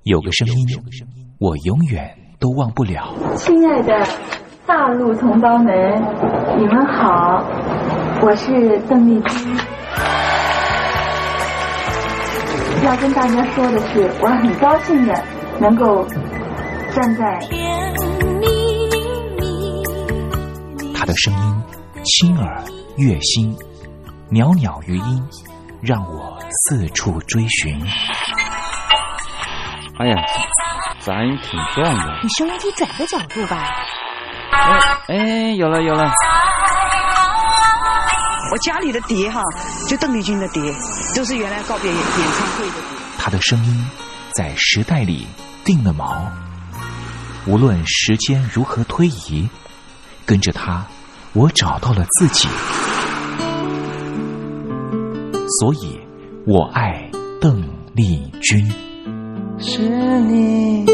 有个声音，我永远都忘不了。 亲爱的大陆同胞们，你们好，我是邓丽君。要跟大家说的是，我很高兴的能够站在她的声音轻耳悦心，袅袅余音，让我四处追寻。 哎呀，咱挺壮的。 你收音机转个角度吧。 哎，有了。 我家里的碟哈，就邓丽君的碟，都是原来告别演唱会的碟。 她的声音在时代里定了锚，无论时间如何推移，跟着她，我找到了自己。所以，我爱邓丽君。 是你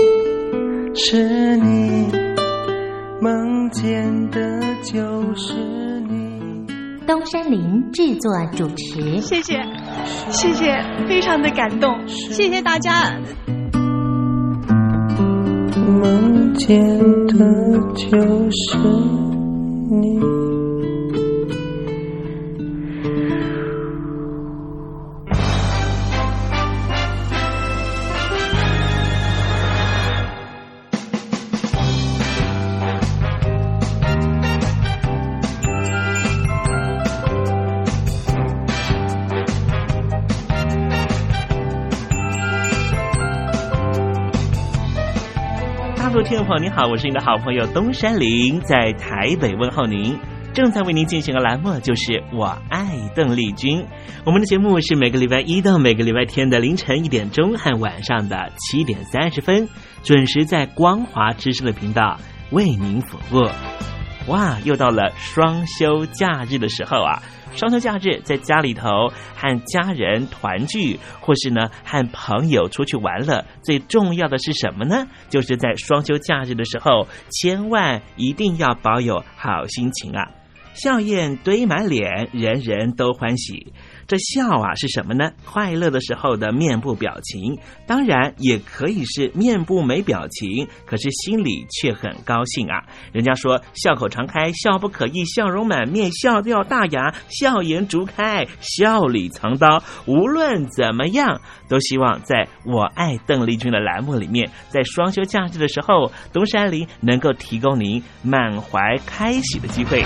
梦见的就是你。 东山林制作主持。 谢谢，非常的感动，谢谢大家。 梦见的就是你。 听众朋友您好，我是您的好朋友东山林，在台北问候您。正在为您进行的栏目就是我爱邓丽君。我们的节目是每个礼拜一到每个礼拜天的凌晨1点钟和晚上的7点30分，准时在光华之声的频道为您服务。哇，又到了双休假日的时候啊！双休假日在家里头和家人团聚，或是呢和朋友出去玩乐，最重要的是什么呢？就是在双休假日的时候，千万一定要保有好心情啊！笑靥堆满脸，人人都欢喜。这笑啊是什么呢？快乐的时候的面部表情，当然也可以是面部没表情，可是心里却很高兴啊。人家说笑口常开，笑不可抑，笑容满面，笑掉大牙，笑颜逐开，笑里藏刀。无论怎么样，都希望在我爱邓丽君的栏目里面，在双休假日的时候，东山林能够提供您满怀开喜的机会。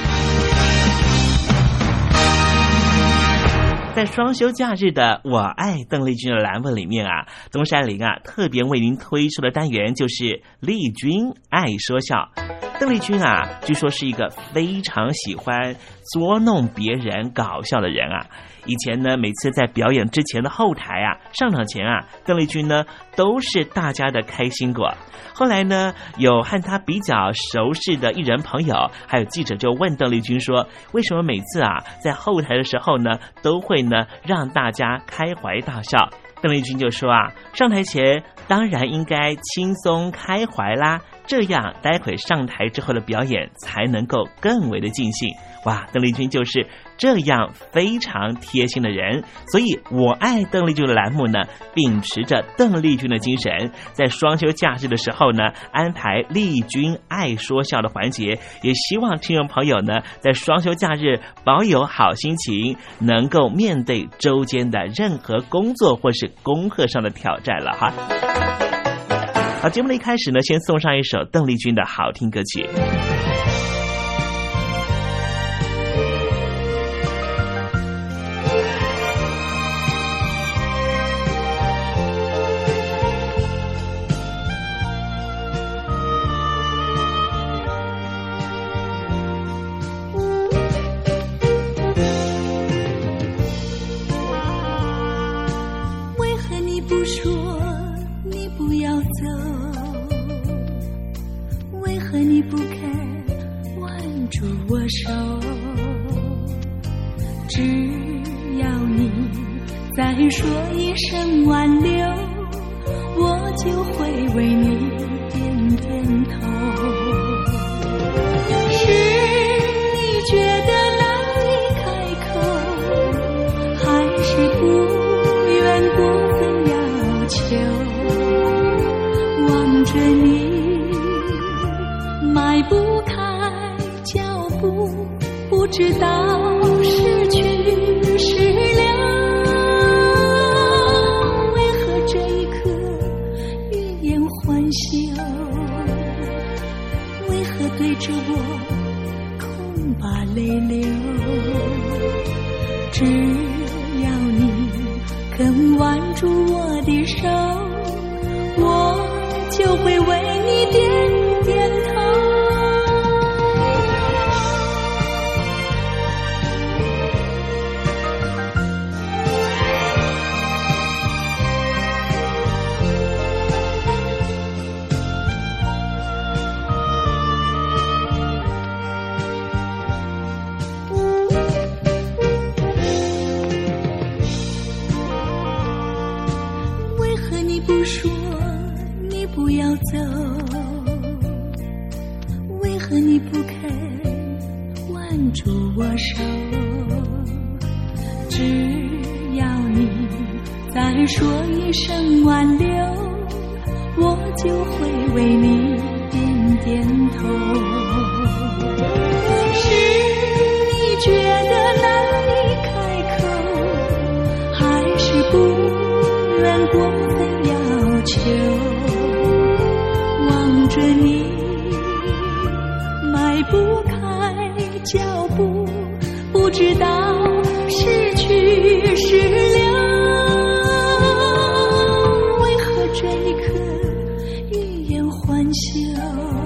在双休假日的我爱邓丽君的栏目里面啊，东山林啊特别为您推出的单元就是丽君爱说笑。邓丽君啊，据说是一个非常喜欢捉弄别人搞笑的人啊。以前呢，每次在表演之前的后台啊，上场前啊，邓丽君呢都是大家的开心果。后来呢，有和她比较熟识的艺人朋友，还有记者就问邓丽君说，为什么每次啊在后台的时候呢，都会呢让大家开怀大笑？邓丽君就说啊，上台前当然应该轻松开怀啦，这样待会上台之后的表演才能够更为的尽兴。哇，邓丽君就是这样非常贴心的人，所以我爱邓丽君的栏目呢，秉持着邓丽君的精神，在双休假日的时候呢，安排丽君爱说笑的环节，也希望听众朋友呢，在双休假日保有好心情，能够面对周间的任何工作或是功课上的挑战了哈。好，节目的一开始呢，先送上一首邓丽君的好听歌曲。 再说一声挽留，我就会为你点点头。是你觉得难以开口，还是不愿过分要求？ 着你，迈不开脚步，不知道失去是了。为何这一刻欲言还休？为何对着我空把泪流？只要你肯挽住我的手，我就会为你点点头。不说你不要走，为何你不肯挽住我手？只要你再说一声挽留，我就会为你点点头。是你觉得难以开口，还是不愿过分要求？望着你迈不开脚步，不知道失去是了。为何这一刻欲言还休？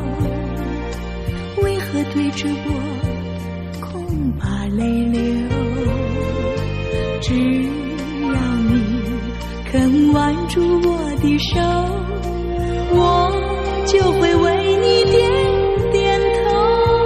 为何对着我空把泪流？只要你肯挽住我的手，我就会为你点点头。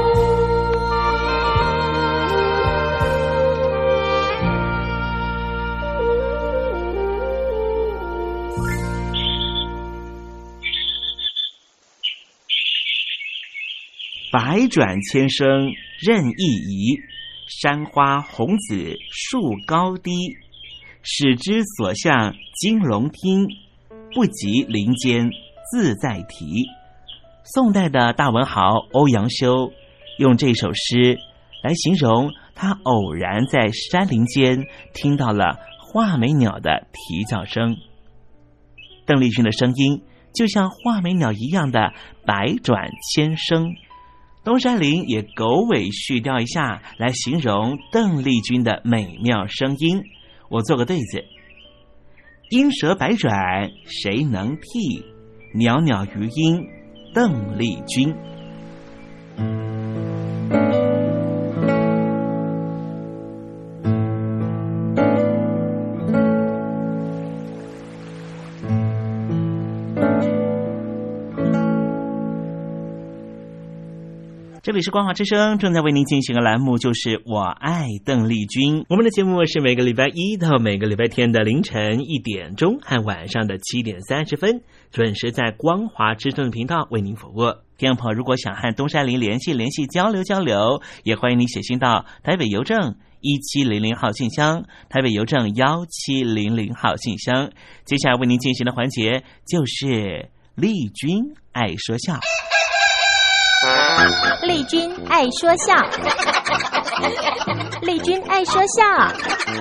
百转千声任意移，山花红紫树高低。始知所向金龙听，不及林间自在题。宋代的大文豪欧阳修用这首诗来形容他偶然在山林间听到了画眉鸟的啼叫声。邓丽君的声音就像画眉鸟一样的百转千声，东山林也狗尾续貂一下来形容邓丽君的美妙声音。我做个对子：莺蛇百转谁能替，袅袅余音邓丽君。这里是光华之声，正在为您进行的栏目就是我爱邓丽君。我们的节目是每个礼拜一到每个礼拜天的凌晨1点钟和晚上的7点30分，准时在光华之声的频道为您服务。听众朋友如果想和东山林联系交流，也欢迎你写信到台北邮政1700号信箱，台北邮政1700号信箱。接下来为您进行的环节就是丽君爱说笑。 丽君爱说笑，丽君爱说笑。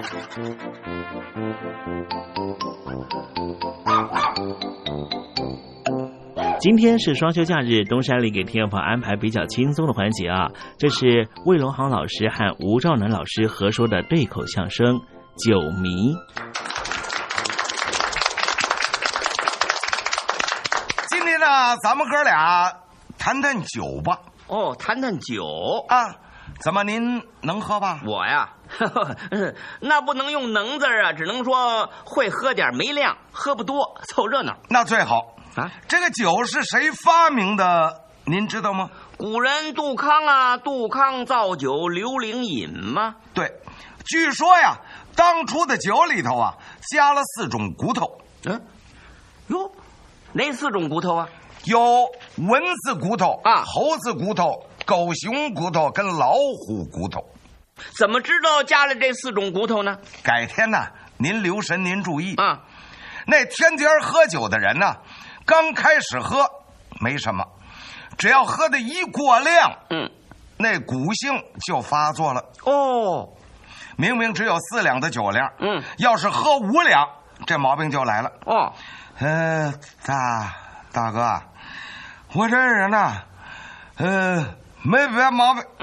今天是双休假日，东山里给听众朋友安排比较轻松的环节啊，这是魏龙豪老师和吴兆南老师合说的对口相声《酒迷》。 今天呢，咱们哥俩谈谈酒吧。 哦，谈谈酒啊？怎么您能喝吧？ 我呀，那不能用能字啊，只能说会喝点，没量，喝不多，凑热闹。 那最好啊。这个酒是谁发明的？您知道吗？ 古人杜康啊，杜康造酒，刘伶饮吗？ 对，据说呀，当初的酒里头啊，加了4种骨头。 哟，哪4种骨头啊？ 有蚊子骨头啊， 猴子骨头、狗熊骨头跟老虎骨头。 怎么知道加了这4种骨头呢？ 改天呢，您留神，您注意啊。 那天天喝酒的人呢，刚开始喝没什么，只要喝的一过量，那骨性就发作了。 哦， 明明只有4两的酒量，要是喝5两，这毛病就来了。 哦， 大哥，我这人呢，没别毛病，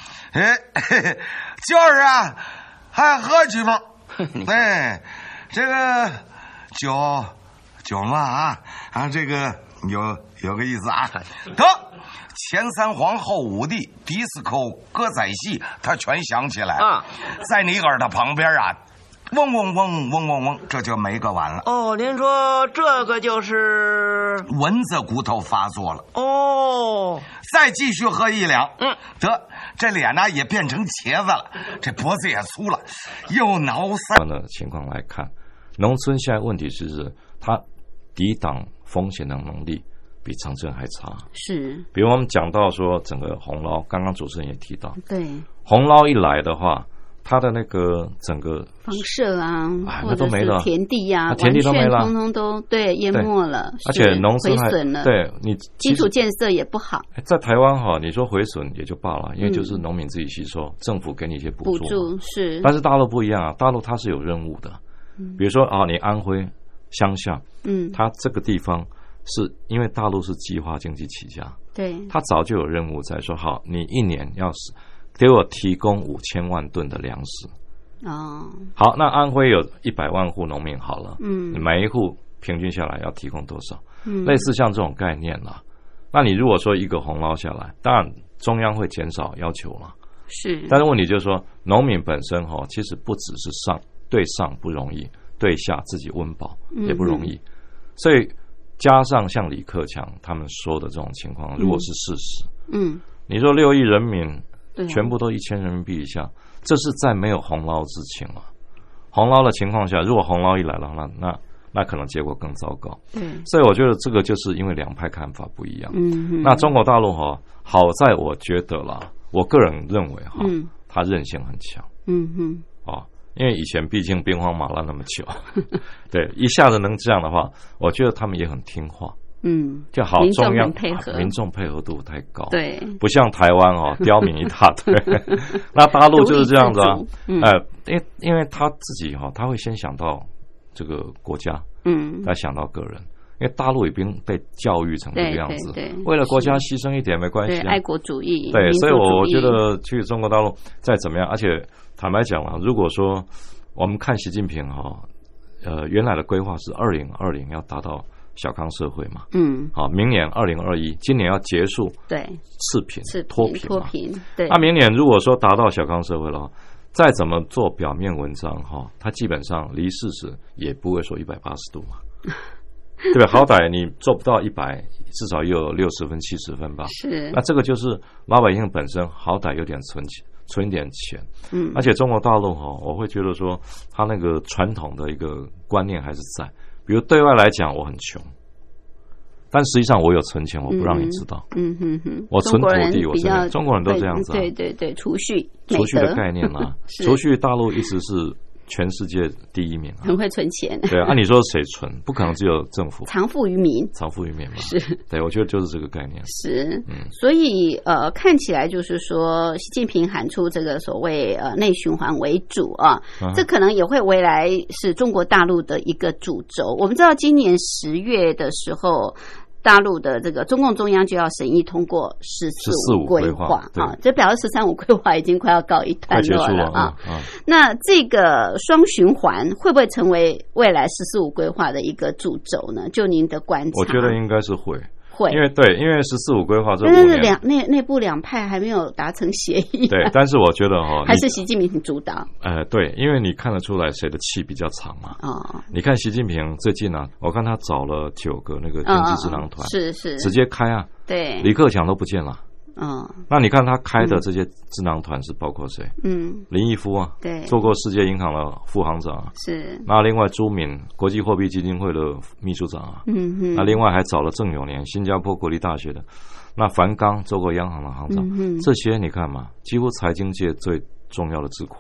就是啊，还喝几包。哎，这个酒嘛这个有个意思啊。得，前3皇后5帝迪斯科歌仔戏，他全想起来啊，在你耳朵旁边啊。嗡嗡嗡嗡嗡嗡，这就没个完了。 哦，您说这个就是蚊子骨头发作了。 哦， 再继续喝1两，得，这脸呢也变成茄子了，这脖子也粗了，又挠腮。 的情况来看，农村现在问题是它抵挡风险的能力比城镇还差。 是， 比如我们讲到说整个洪涝，刚刚主持人也提到， 对， 洪涝一来的话。它的那个整个房舍啊， 那都没了， 田地啊， 田地都没了， 通通都对淹没了， 而且农村毁损了， 对你基础建设也不好。 在台湾你说毁损也就罢了，因为就是农民自己吸收，政府给你一些补助是。 但是大陆不一样啊，大陆它是有任务的，比如说你安徽乡下，它这个地方是因为大陆是计划经济起家， 对， 它早就有任务在说，好，你1年要给我提供5000万吨的粮食。 哦， 好，那安徽有100万户农民，好了，每一户平均下来要提供多少？类似像这种概念啦。那你如果说一个洪涝下来，当然中央会减少要求了， 是。 但是问题就是说，农民本身其实不只是对上不容易，对下自己温饱也不容易，所以加上像李克强他们说的这种情况，如果是事实，你说6亿人民。全部都1000人民币以下，这是在没有洪涝之前啊。洪涝的情况下，如果洪涝一来了，那可能结果更糟糕。所以我觉得这个就是因为两派看法不一样。那中国大陆好在我觉得啦，我个人认为它韧性很强。因为以前毕竟兵荒马乱那么久，对，一下子能这样的话，我觉得他们也很听话。就好，中央民众配合度太高， 对， 不像台湾刁民一大堆。那大陆就是这样子啊，因为他自己他会先想到这个国家，再想到个人，因为大陆已经被教育成这个样子，为了国家牺牲一点没关系， 爱国主义， 对，所以我觉得去中国大陆再怎么样，而且坦白讲了，如果说我们看习近平原来的规划是2020要达到小康社会嘛，好，明年2021，今年要结束对赤贫脱贫， 对， 那明年如果说达到小康社会了，再怎么做表面文章它基本上离事实也不会说180度嘛，对吧？好歹你做不到100，至少也有60分70分吧， 是。 那这个就是老百姓本身好歹有点存点钱，而且中国大陆我会觉得说他那个传统的一个观念还是在。比如对外来讲我很穷，但实际上我有存钱，我不让你知道。我存土地，我存中国人都这样子。 对，储蓄的概念啊，储蓄大陆一直是全世界第1名， 很会存钱。 对啊，你说谁存？不可能只有政府。 藏富于民嘛。是， 对，我觉得就是这个概念。 是，所以看起来就是说，习近平喊出这个所谓内循环为主啊，这可能也会未来是中国大陆的一个主轴。我们知道今年10月的时候，大陆的这个中共中央就要审议通过14-15规划啊，这表示13-15规划已经快要告一段落了啊。那这个双循环会不会成为未来14-15规划的一个主轴呢？就您的观察， 我觉得应该是会。因为14-15规划这 5年，内部两派还没有达成协议。 对，但是我觉得还是习近平主导。 对，因为你看得出来谁的气比较长嘛。你看习近平最近我看他找了9个那个经济智囊团， 是直接开啊。 对， 李克强都不见了。那你看他开的这些智囊团是包括谁？林毅夫啊， 对， 做过世界银行的副行长啊， 是。 那另外朱敏，国际货币基金会的秘书长啊，那另外还找了郑永年，新加坡国立大学的，那樊纲做过央行的行长，这些你看嘛，几乎财经界最重要的智库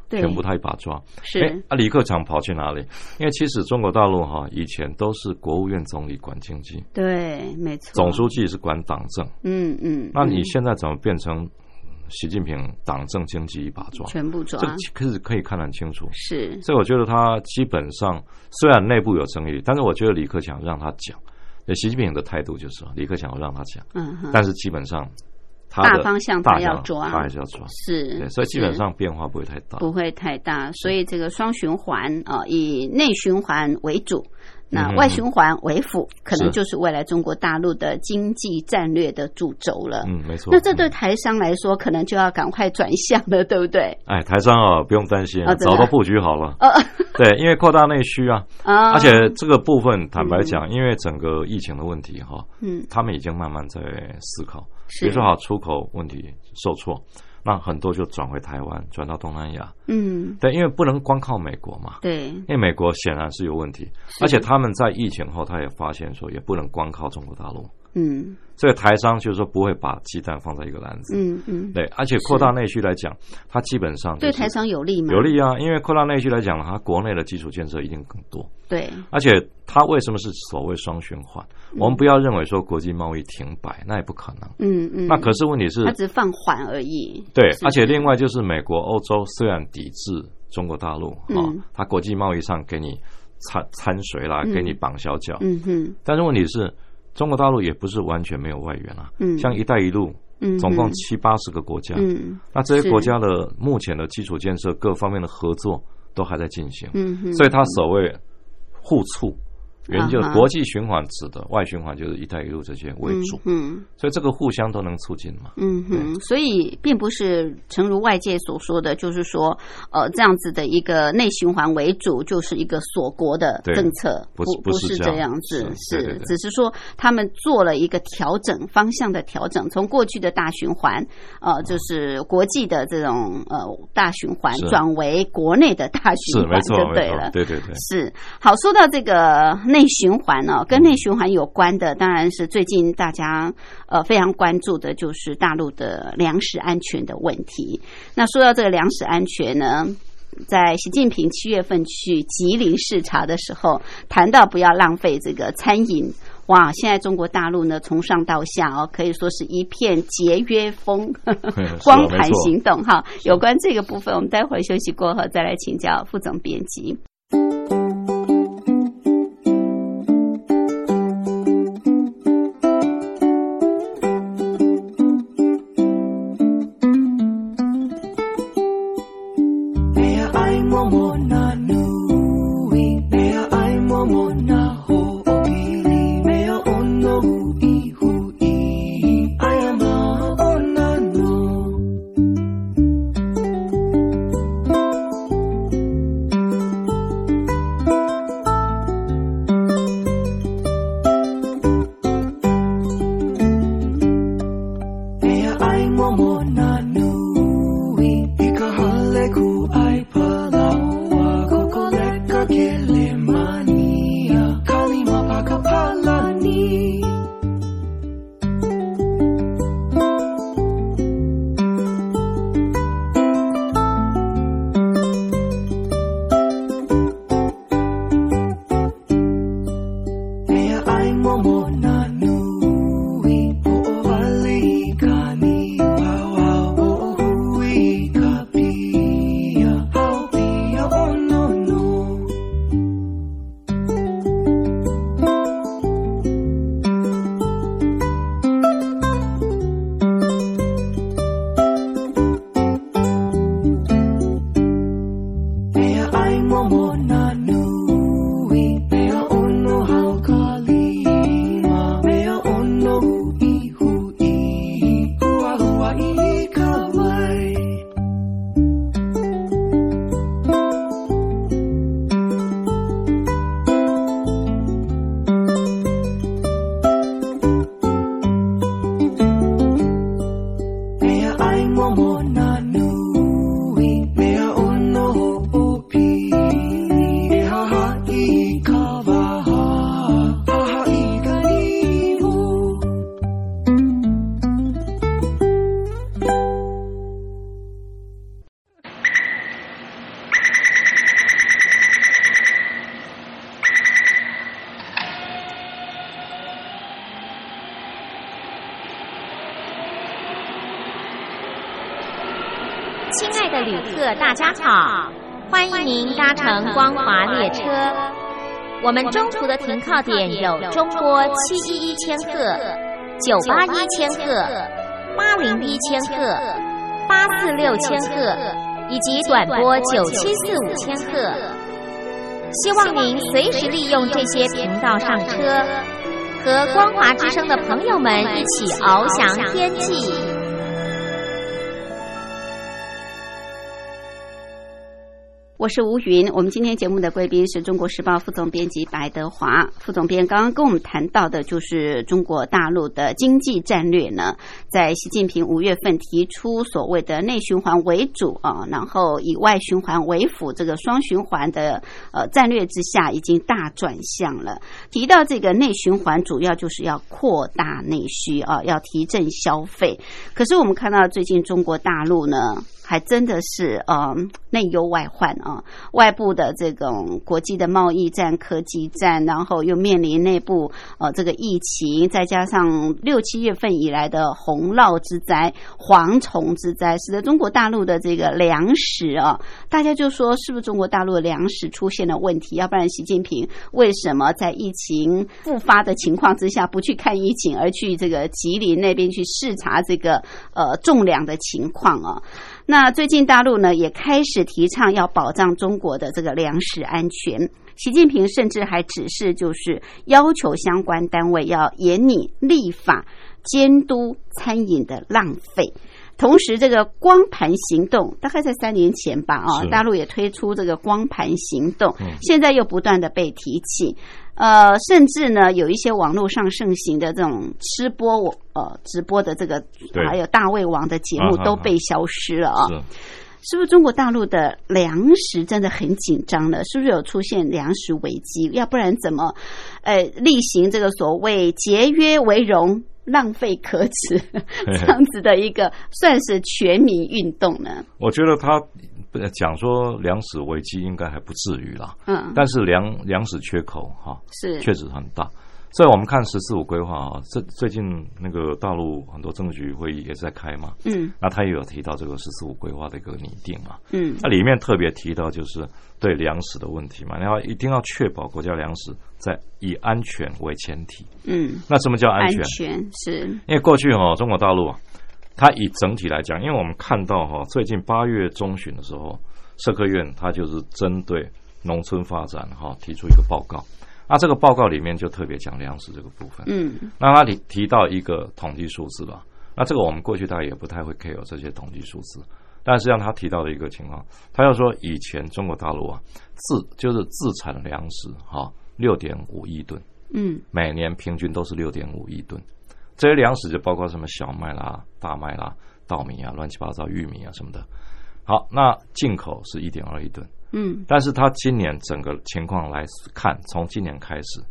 全部他一把抓。 是李克强跑去哪里？因为其实中国大陆以前都是国务院总理管经济， 对，没错， 总书记是管党政。那你现在怎么变成习近平党政经济一把抓， 全部抓？ 这个可以看得很清楚。 是， 所以我觉得他基本上虽然内部有争议，但是我觉得李克强让他讲，习近平的态度就是李克强让他讲，但是基本上他的大方向他要抓， 他还是要抓。 是， 所以基本上变化不会太大， 不会太大。所以这个双循环以内循环为主。那外循环为辅，可能就是未来中国大陆的经济战略的主轴了。 没错。 那这对台商来说，可能就要赶快转向了，对不对？ 台商不用担心，早都布局好了。对，因为扩大内需而且这个部分坦白讲，因为整个疫情的问题他们已经慢慢在思考，比如说出口问题受挫。那很多就转回台湾，转到东南亚。对，因为不能光靠美国嘛。 对， 因为美国显然是有问题，而且他们在疫情后，他也发现说，也不能光靠中国大陆。所以台商就是说不会把鸡蛋放在一个篮子。对，而且扩大内需来讲，它基本上对台商有利吗？ 有利啊，因为扩大内需来讲，它国内的基础建设一定更多。 对， 而且它为什么是所谓双循环？我们不要认为说国际贸易停摆，那也不可能。那可是问题是， 它只放缓而已。 对，而且另外就是美国、欧洲虽然抵制中国大陆它国际贸易上给你掺水啦，给你绑小脚。但是问题是，中国大陆也不是完全没有外援啊。像一带一路。总共70-80个国家。那这些国家的目前的基础建设各方面的合作都还在进行。所以它所谓互促。原因就是国际循环指的，外循环就是一带一路这些为主。所以这个互相都能促进嘛。 所以并不是诚如外界所说的，就是说这样子的一个内循环为主，就是一个锁国的政策，不是这样子，是只是说他们做了一个调整，方向的调整，从过去的大循环就是国际的这种大循环转为国内的大循环就对了。 对， 是。好，说到这个内循环跟内循环有关的，当然是最近大家非常关注的，就是大陆的粮食安全的问题。那说到这个粮食安全呢，在习近平7月份去吉林视察的时候，谈到不要浪费这个餐饮。哇，现在中国大陆呢，从上到下可以说是一片节约风，光盘行动哈。有关这个部分，我们待会儿休息过后再来请教副总编辑。 爱的旅客，大家好，欢迎您搭乘光华列车。我们中途的停靠点有中波711千赫、981千赫、801千赫、846千赫以及短波9745千赫。希望您随时利用这些频道上车，和光华之声的朋友们一起翱翔天际。 我是吴云，我们今天节目的贵宾是中国时报副总编辑白德华副总编。刚刚跟我们谈到的就是中国大陆的经济战略呢，在习近平5月份提出所谓的内循环为主然后以外循环为辅，这个双循环的战略之下，已经大转向了。提到这个内循环，主要就是要扩大内需要提振消费。可是我们看到最近中国大陆呢，还真的是内忧外患外部的这种国际的贸易战、科技战，然后又面临内部这个疫情，再加上6、7月份以来的洪涝之灾、蝗虫之灾，使得中国大陆的这个粮食大家就说是不是中国大陆的粮食出现了问题？要不然习近平为什么在疫情复发的情况之下不去看疫情，而去这个吉林那边去视察这个种粮的情况那最近大陆呢也开始提倡要保障中国的这个粮食安全，习近平甚至还指示就是要求相关单位要严拟立法监督餐饮的浪费。同时这个光盘行动大概在3年前吧大陆也推出这个光盘行动，现在又不断的被提起。甚至呢有一些网络上盛行的这种直播的这个还有大胃王的节目都被消失了是不是中国大陆的粮食真的很紧张呢？是不是有出现粮食危机？要不然怎么例行这个所谓节约为荣浪费可耻这样子的一个算是全民运动呢？ 我觉得他讲说粮食危机应该还不至于啦，但是粮食缺口是确实很大。所以我们看14·5规划最近那个大陆很多政治局会议也在开嘛，那他也有提到这个14·5规划的一个拟定嘛，那里面特别提到就是对粮食的问题嘛，然后一定要确保国家粮食在以安全为前提，那什么叫安全？安全是因为过去中国大陆它以整体来讲，因为我们看到最近8月中旬的时候，社科院它就是针对农村发展提出一个报告。那这个报告里面就特别讲粮食这个部分，那他提到一个统计数字吧，那这个我们过去大概也不太会 care 这些统计数字，但实际上他提到的一个情况，他要说以前中国大陆就是自产的粮食6.5亿吨，每年平均都是6.5亿吨，这些粮食就包括什么小麦啦、大麦啦、稻米啊、乱七八糟玉米啊什么的。好，那进口是1.2亿吨。但是它今年整个情况来看，从今年开始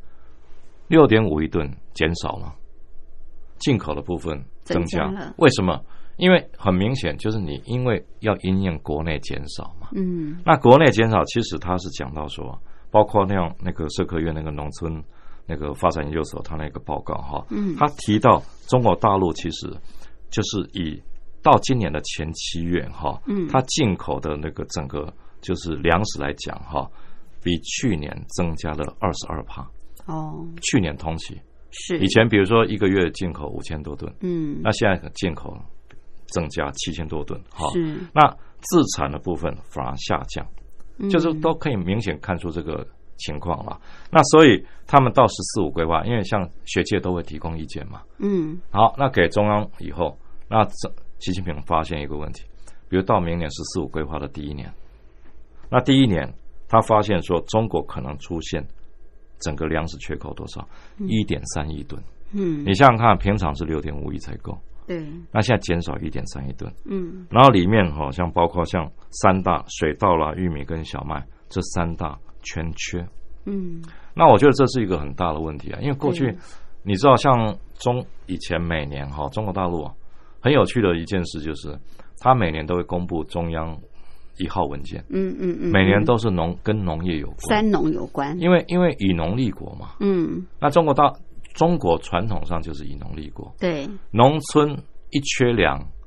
6.5 亿吨减少了，进口的部分增加了。为什么？因为很明显就是你因为要因应国内减少嘛，那国内减少其实它是讲到说，包括那个社科院那个农村那个发展研究所他那个报告他提到中国大陆其实就是以到今年的前7月它进口的那个整个就是粮食来讲比去年增加了22%。去年同期是以前比如说一个月进口5000多吨，那现在进口增加7000多吨是那自产的部分反而下降，就是都可以明显看出这个情况了。那所以他们到14·5规划，因为像学界都会提供意见嘛，好，那给中央以后，那习近平发现一个问题，比如到明年14·5规划的第1年，那第1年他发现说中国可能出现整个粮食缺口多少？1.3亿吨。你想想看，平常是6.5亿才够，对，那现在减少1.3亿吨。然后里面像包括像3大水稻啦、玉米跟小麦这3大全缺。那我觉得这是一个很大的问题啊，因为过去你知道像以前每年中国大陆很有趣的一件事就是，他每年都会公布中央1号文件，每年都是跟农业有关，3农有关，因为以农立国嘛，那中国传统上就是以农立国，对，农村一缺粮，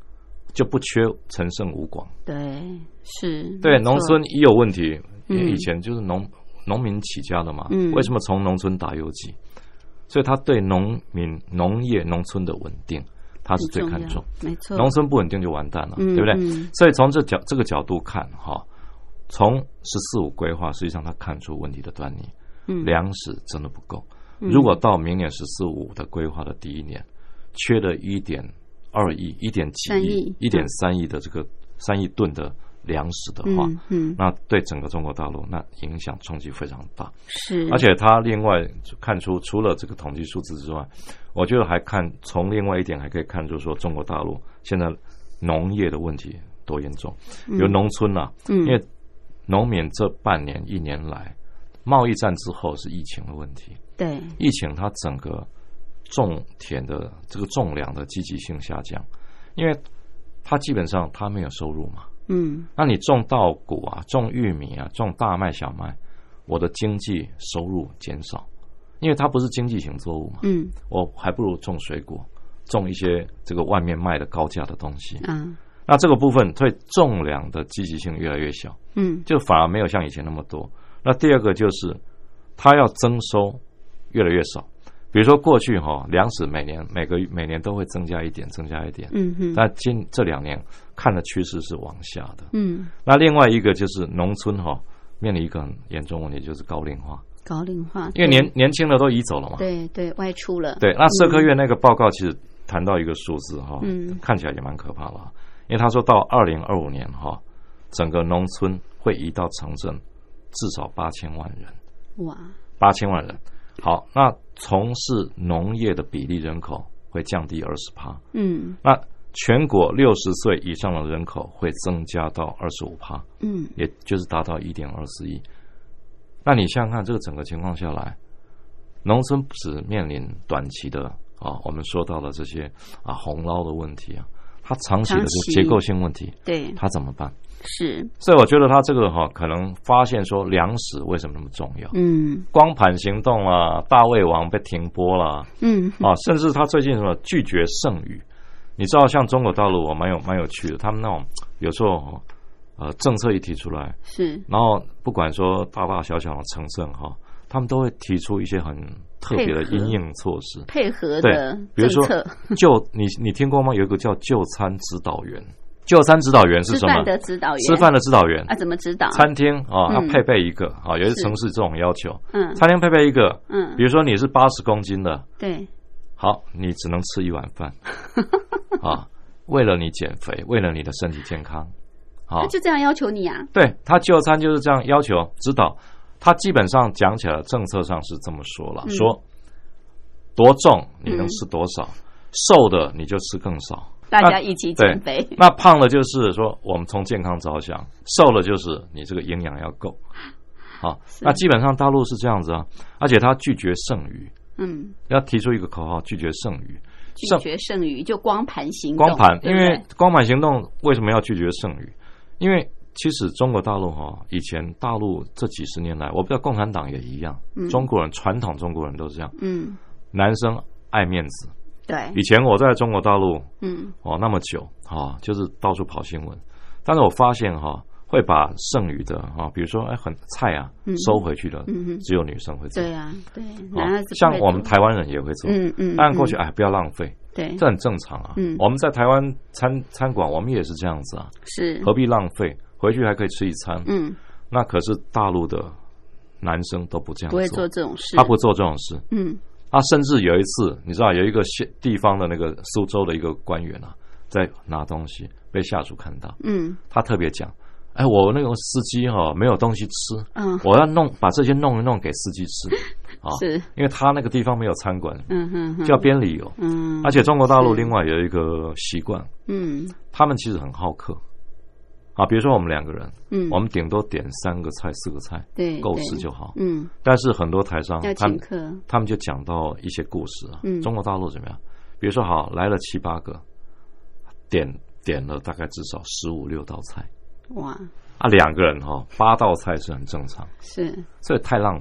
就不缺陈胜吴广。 对，是。 对，农村一有问题，因为以前就是农民起家的嘛，为什么从农村打游击？所以他对农业、农村的稳定，他是最看重。 没错， 农村不稳定就完蛋了，对不对？所以从这个角度看，哈，从14·5规划，实际上他看出问题的端倪。粮食真的不够。如果到明年14·5的规划的第一年，缺了1.2亿、1.几亿、1.3亿的这个3亿吨的粮食的话，那对整个中国大陆那影响冲击非常大。 是， 而且他另外看出，除了这个统计数字之外，我觉得还从另外一点还可以看出说，中国大陆现在农业的问题多严重。有农村啊，因为农民这半年1年来，贸易战之后是疫情的问题。 对， 疫情它整个种田的这个种粮的积极性下降，因为它基本上它没有收入嘛。那你种稻谷啊，种玉米啊，种大麦、小麦，我的经济收入减少，因为它不是经济型作物嘛。我还不如种水果，种一些这个外面卖的高价的东西。那这个部分对种粮的积极性越来越小。就反而没有像以前那么多。那第二个就是它要增收越来越少。比如说过去粮食每年都会增加一点，但这2年看的趋势是往下的。那另外一个就是农村面临一个很严重问题，就是高龄化，因为年轻的都移走了嘛。 对，外出了。 对，那社科院那个报告其实谈到一个数字看起来也蛮可怕的，因为他说到2025年整个农村会移到城镇至少8000万人。哇，8000万人。好，那从事农业的比例人口会降低20%。那全国60岁以上的人口会增加到25%。也就是达到1.24亿。那你想想看，这个整个情况下来，农村不只面临短期的我们说到的这些洪涝的问题啊，它长期的结构性问题， 对， 它怎么办？ 是， 所以我觉得他这个可能发现说粮食为什么那么重要。光盘行动啊，大胃王被停播啦，甚至他最近什么拒绝剩余。你知道像中国大陆蛮有趣的，他们那种有时候政策一提出来， 是， 然后不管说大大小小的城镇他们都会提出一些很特别的因应措施， 配合的政策。 比如说你听过吗？有一个叫就餐指导员。就餐指导员是什么？吃饭的指导员啊？怎么指导？ 餐厅要配备一个有些城市这种要求。餐厅配备一个。比如说你是80公斤的， 对， 好，你只能吃1碗饭为了你减肥，为了你的身体健康， 他就这样要求你啊？ 对，他就餐就是这样要求指导。他基本上讲起来，政策上是这么说了，说多重你能吃多少，瘦的你就吃更少。 大家一起减肥。 那胖了就是说我们从健康着想，瘦了就是你这个营养要够。好，那基本上大陆是这样子啊，而且他拒绝剩余。要提出一个口号，拒绝剩余。 拒绝剩余就光盘行动。 光盘，因为光盘行动为什么要拒绝剩余？因为其实中国大陆以前大陆这几十年来，我不知道共产党也一样，中国人传统中国人都是这样。男生爱面子。 对， 以前我在中国大陆，那么久就是到处跑新闻，但是我发现会把剩余的比如说很菜啊收回去的，只有女生会做。 对啊，对，男孩子像我们台湾人也会做。当然过去不要浪费， 对， 这很正常啊。我们在台湾餐馆，我们也是这样子啊， 是何必浪费？回去还可以吃一餐。那可是大陆的男生都不这样做， 不会做这种事， 他不做这种事。他甚至有一次，你知道有一个地方的那个苏州的一个官员在拿东西被下属看到，他特别讲，我那个司机没有东西吃，我要把这些弄一弄给司机吃是因为他那个地方没有餐馆，就要编理由。而且中国大陆另外有一个习惯，他们其实很好客。比如说我们2个人，我们顶多点3个菜、4个菜， 对， 够吃就好。但是很多台商他们就讲到一些故事中国大陆怎么样？比如说好来了7、8个，点了大概至少15、16道菜。 哇！ 2个人8道菜是很正常， 是， 所以太浪费。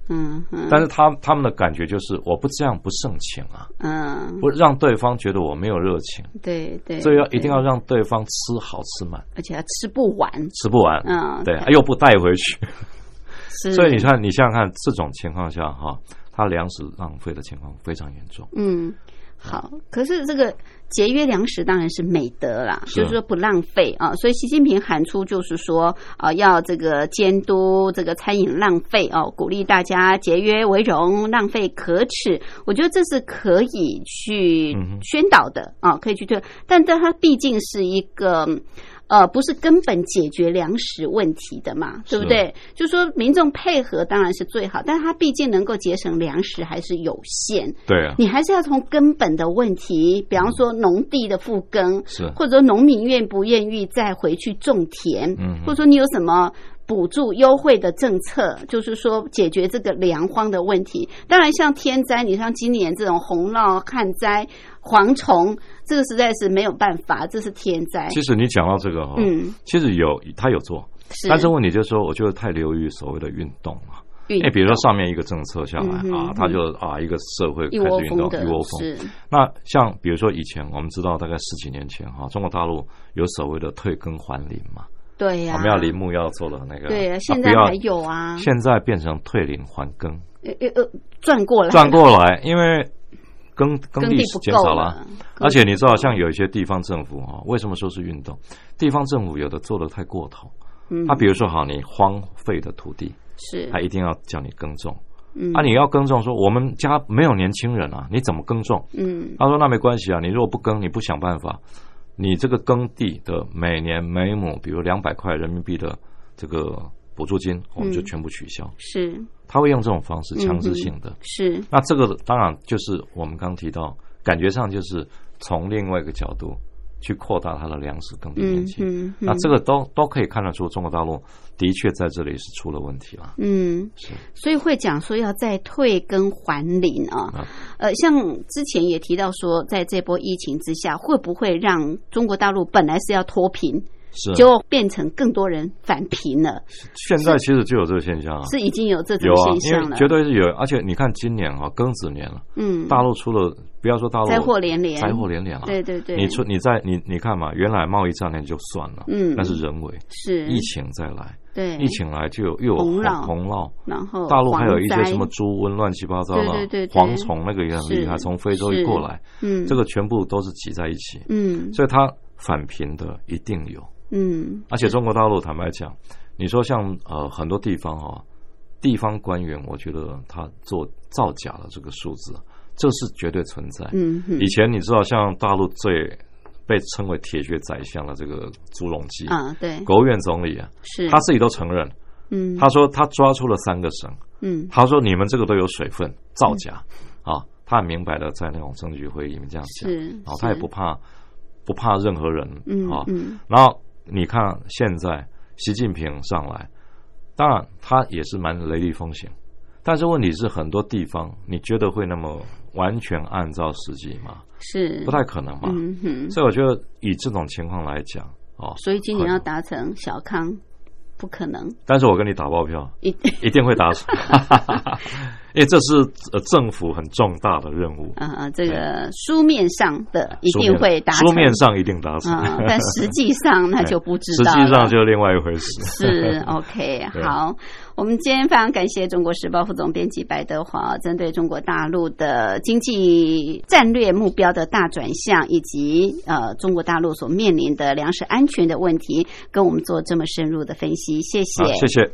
但是他们的感觉就是我不这样不盛情啊，不让对方觉得我没有热情， 对， 所以一定要让对方吃好吃满， 而且要吃不完， 对，又不带回去，所以你想想看，这种情况下哈，他粮食浪费的情况非常严重。 好，可是这个节约粮食当然是美德啦，就是说不浪费啊。所以习近平喊出就是说要这个监督这个餐饮浪费鼓励大家节约为荣，浪费可耻。我觉得这是可以去宣导的可以去推，但它毕竟是一个。不是根本解决粮食问题的嘛，对不对？就是说民众配合当然是最好，但它毕竟能够节省粮食还是有限。 对啊， 你还是要从根本的问题，比方说农地的复耕，或者说农民愿不愿意再回去种田，或者说你有什么补助优惠的政策，就是说解决这个粮荒的问题。当然像天灾，你像今年这种洪涝、旱灾、蝗虫，这个实在是没有办法，这是天灾。 其实你讲到这个其实他有做，但是问题就是说，我觉得太流于所谓的运动了。比如说上面一个政策下来他就一个社会开始运动一窝蜂。那像比如说以前我们知道大概10几年前中国大陆有所谓的退耕还林嘛。 对呀， 我们要林木要做的那个， 对呀，现在还有啊。 现在变成退林还耕， 转过来，因为耕地减少了，而且你知道，像有一些地方政府为什么说是运动？地方政府有的做得太过头，他比如说你荒废的土地，他一定要叫你耕种。你要耕种，说我们家没有年轻人啊，你怎么耕种？他说那没关系啊，你如果不耕，你不想办法。你这个耕地的每年每亩，比如200块人民币的这个补助金，我们就全部取消。 是， 他会用这种方式强制性的。 是， 那这个当然就是我们刚提到，感觉上就是从另外一个角度去扩大它的粮食耕地面积。那这个都可以看得出，中国大陆的确在这里是出了问题了。 所以会讲说要再退耕还林像之前也提到说，在这波疫情之下，会不会让中国大陆本来是要脱贫，就变成更多人返贫了？ 现在其实就有这个现象是已经有这种现象了， 因为绝对是有。而且你看今年庚子年了，大陆出了，不要说大陆灾祸连连了。 对， 你看嘛，原来贸易战那就算了，那是人为， 是疫情再来。 对， 疫情来就又有洪涝， 然后大陆还有一些什么猪瘟乱七八糟的，蝗虫那个也很厉害，从非洲一过来，这个全部都是挤在一起，所以它返贫的一定有，而且中国大陆坦白讲，你说像很多地方地方官员，我觉得他做造假的这个数字，这是绝对存在。以前你知道像大陆最被称为铁血宰相的这个朱镕基对， 国务院总理是他自己都承认，他说他抓出了3个省，他说你们这个都有水分，造假他很明白的在那种政局会议里面这样讲，他也不怕任何人然后你看现在习近平上来，当然他也是蛮雷厉风行，但是问题是很多地方你觉得会那么完全按照实际吗？ 是不太可能嘛。所以我觉得以这种情况来讲所以今年要达成小康不可能， 但是我跟你打包票一定会达成因为这是政府很重大的任务这个书面上的一定会达成， 书面上一定达成但实际上那就不知道实际上就另外一回事是 OK 好，我们今天非常感谢中国时报副总编辑白德华针对中国大陆的经济战略目标的大转向，以及中国大陆所面临的粮食安全的问题，跟我们做这么深入的分析，谢谢谢谢。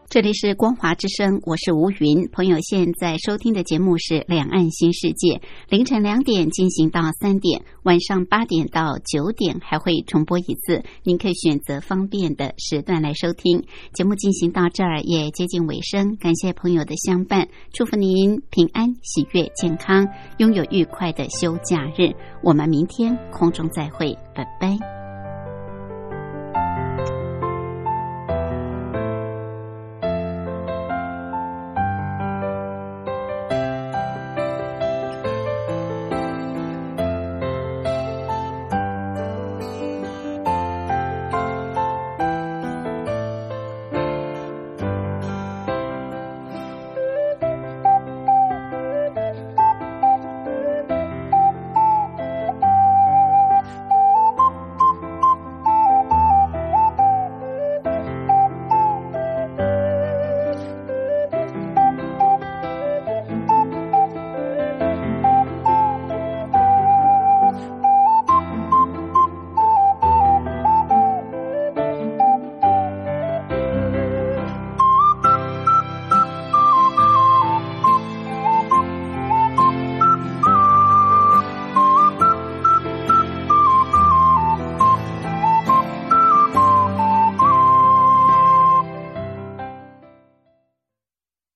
这里是光华之声，我是吴云。朋友现在收听的节目是《两岸新世界》，凌晨2点进行到3点，晚上8点到9点还会重播一次，您可以选择方便的时段来收听。节目进行到这儿也接近尾声，感谢朋友的相伴，祝福您平安、喜悦、健康，拥有愉快的休假日。我们明天空中再会，拜拜。